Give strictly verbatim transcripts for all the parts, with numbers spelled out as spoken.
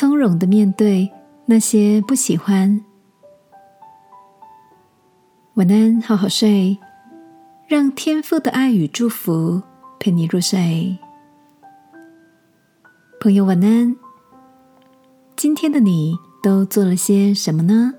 从容地面对那些不喜欢。晚安，好好睡，让天父的爱与祝福陪你入睡。朋友晚安，今天的你都做了些什么呢？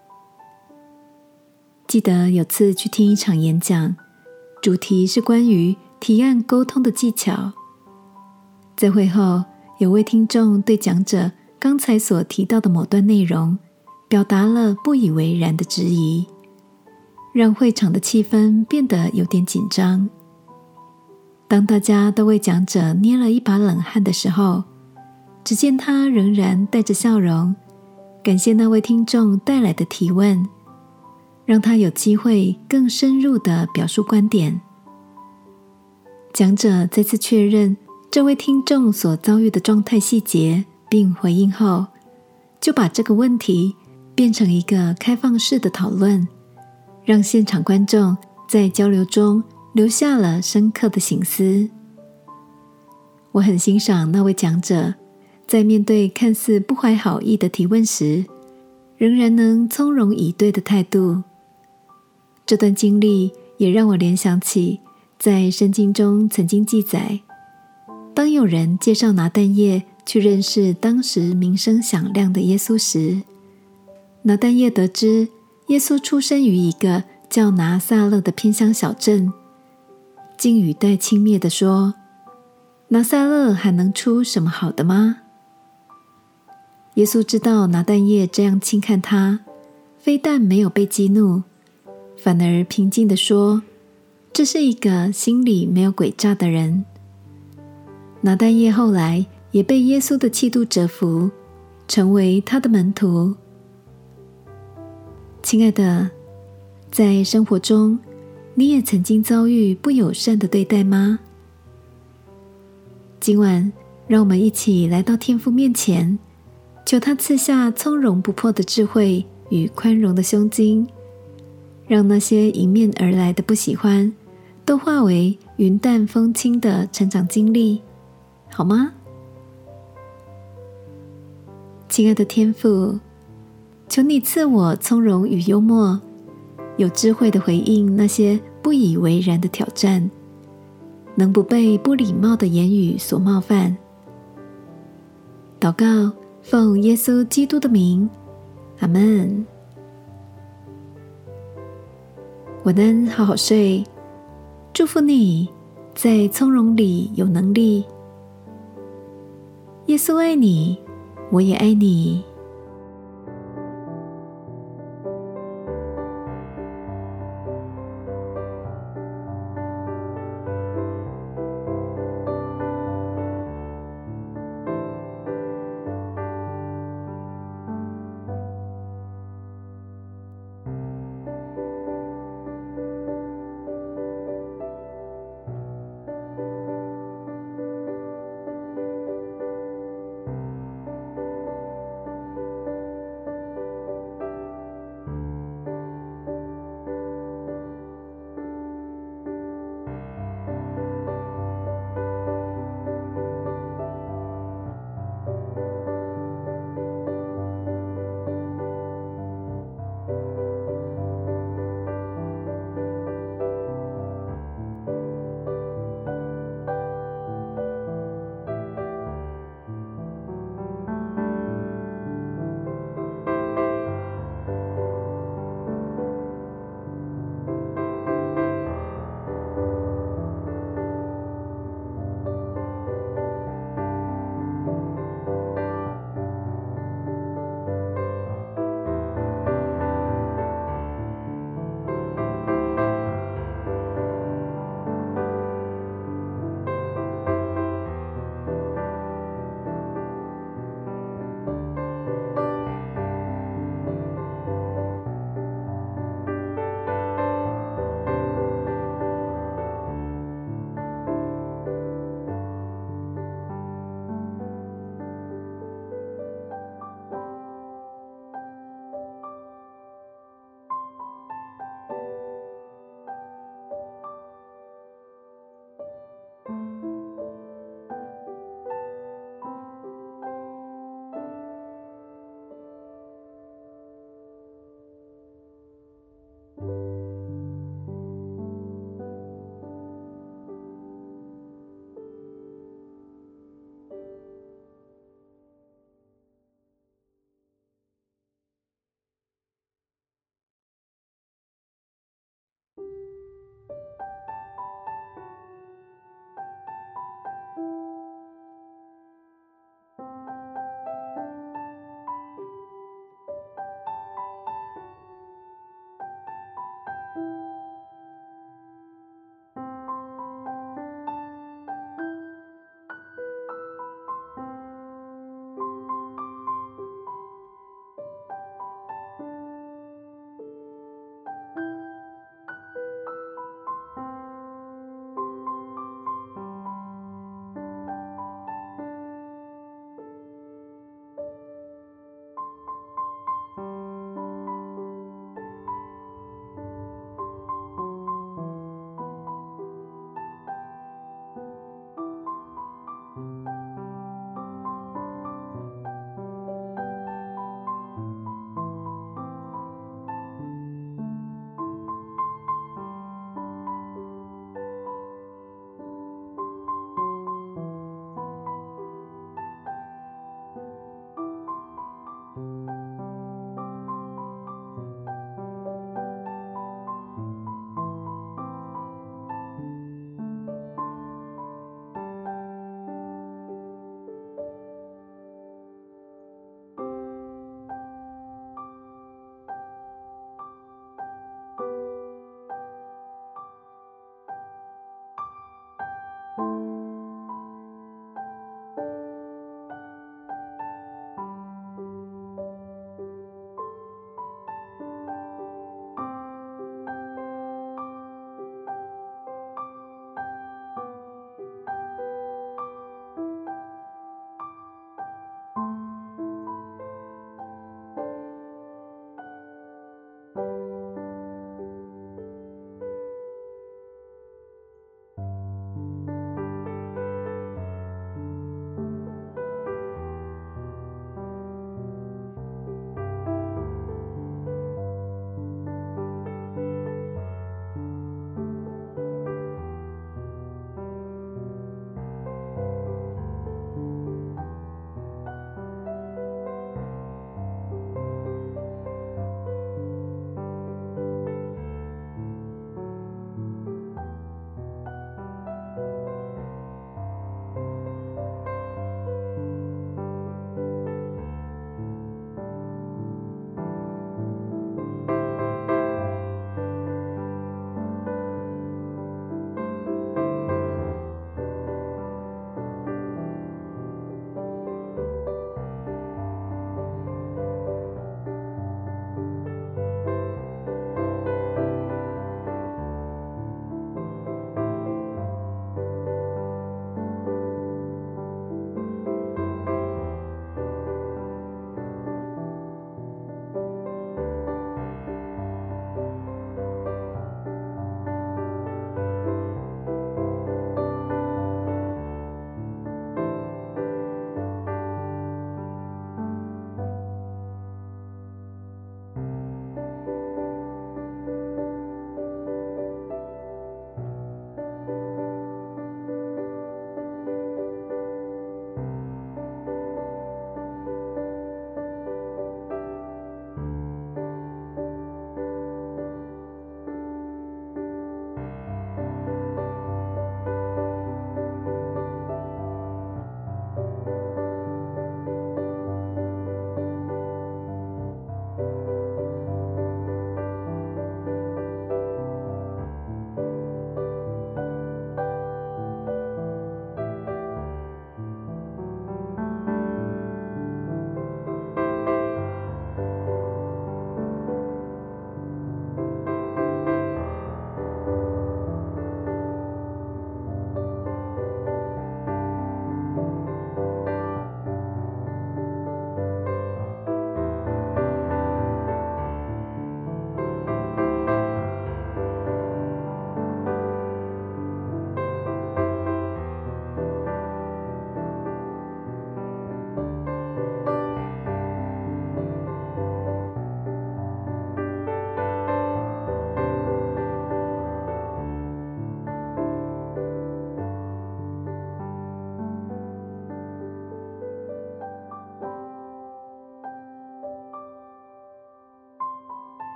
记得有次去听一场演讲，主题是关于提案沟通的技巧。在会后，有位听众对讲者刚才所提到的某段内容表达了不以为然的质疑，让会场的气氛变得有点紧张。当大家都为讲者捏了一把冷汗的时候，只见他仍然带着笑容，感谢那位听众带来的提问，让他有机会更深入地表述观点。讲者再次确认这位听众所遭遇的状态细节，并回应后，就把这个问题变成一个开放式的讨论，让现场观众在交流中留下了深刻的省思。我很欣赏那位讲者在面对看似不怀好意的提问时，仍然能从容以对的态度。这段经历也让我联想起在圣经中曾经记载，当有人介绍拿但业去认识当时名声响亮的耶稣时，拿但业得知耶稣出生于一个叫拿撒勒的偏乡小镇，竟语带轻蔑地说：拿撒勒还能出什么好的吗？耶稣知道拿但业这样轻看他，非但没有被激怒，反而平静地说，这是一个心里没有诡诈的人。拿但业后来也被耶稣的气度折服，成为他的门徒。亲爱的，在生活中，你也曾经遭遇不友善的对待吗？今晚，让我们一起来到天父面前，求他赐下从容不迫的智慧与宽容的胸襟，让那些迎面而来的不喜欢，都化为云淡风轻的成长经历，好吗？亲爱的天父，求你赐我从容与幽默，有智慧的回应那些不以为然的挑战，能不被不礼貌的言语所冒犯。祷告，奉耶稣基督的名，阿们。晚安，好好睡，祝福你在从容里有能力。耶稣爱你，我也爱你。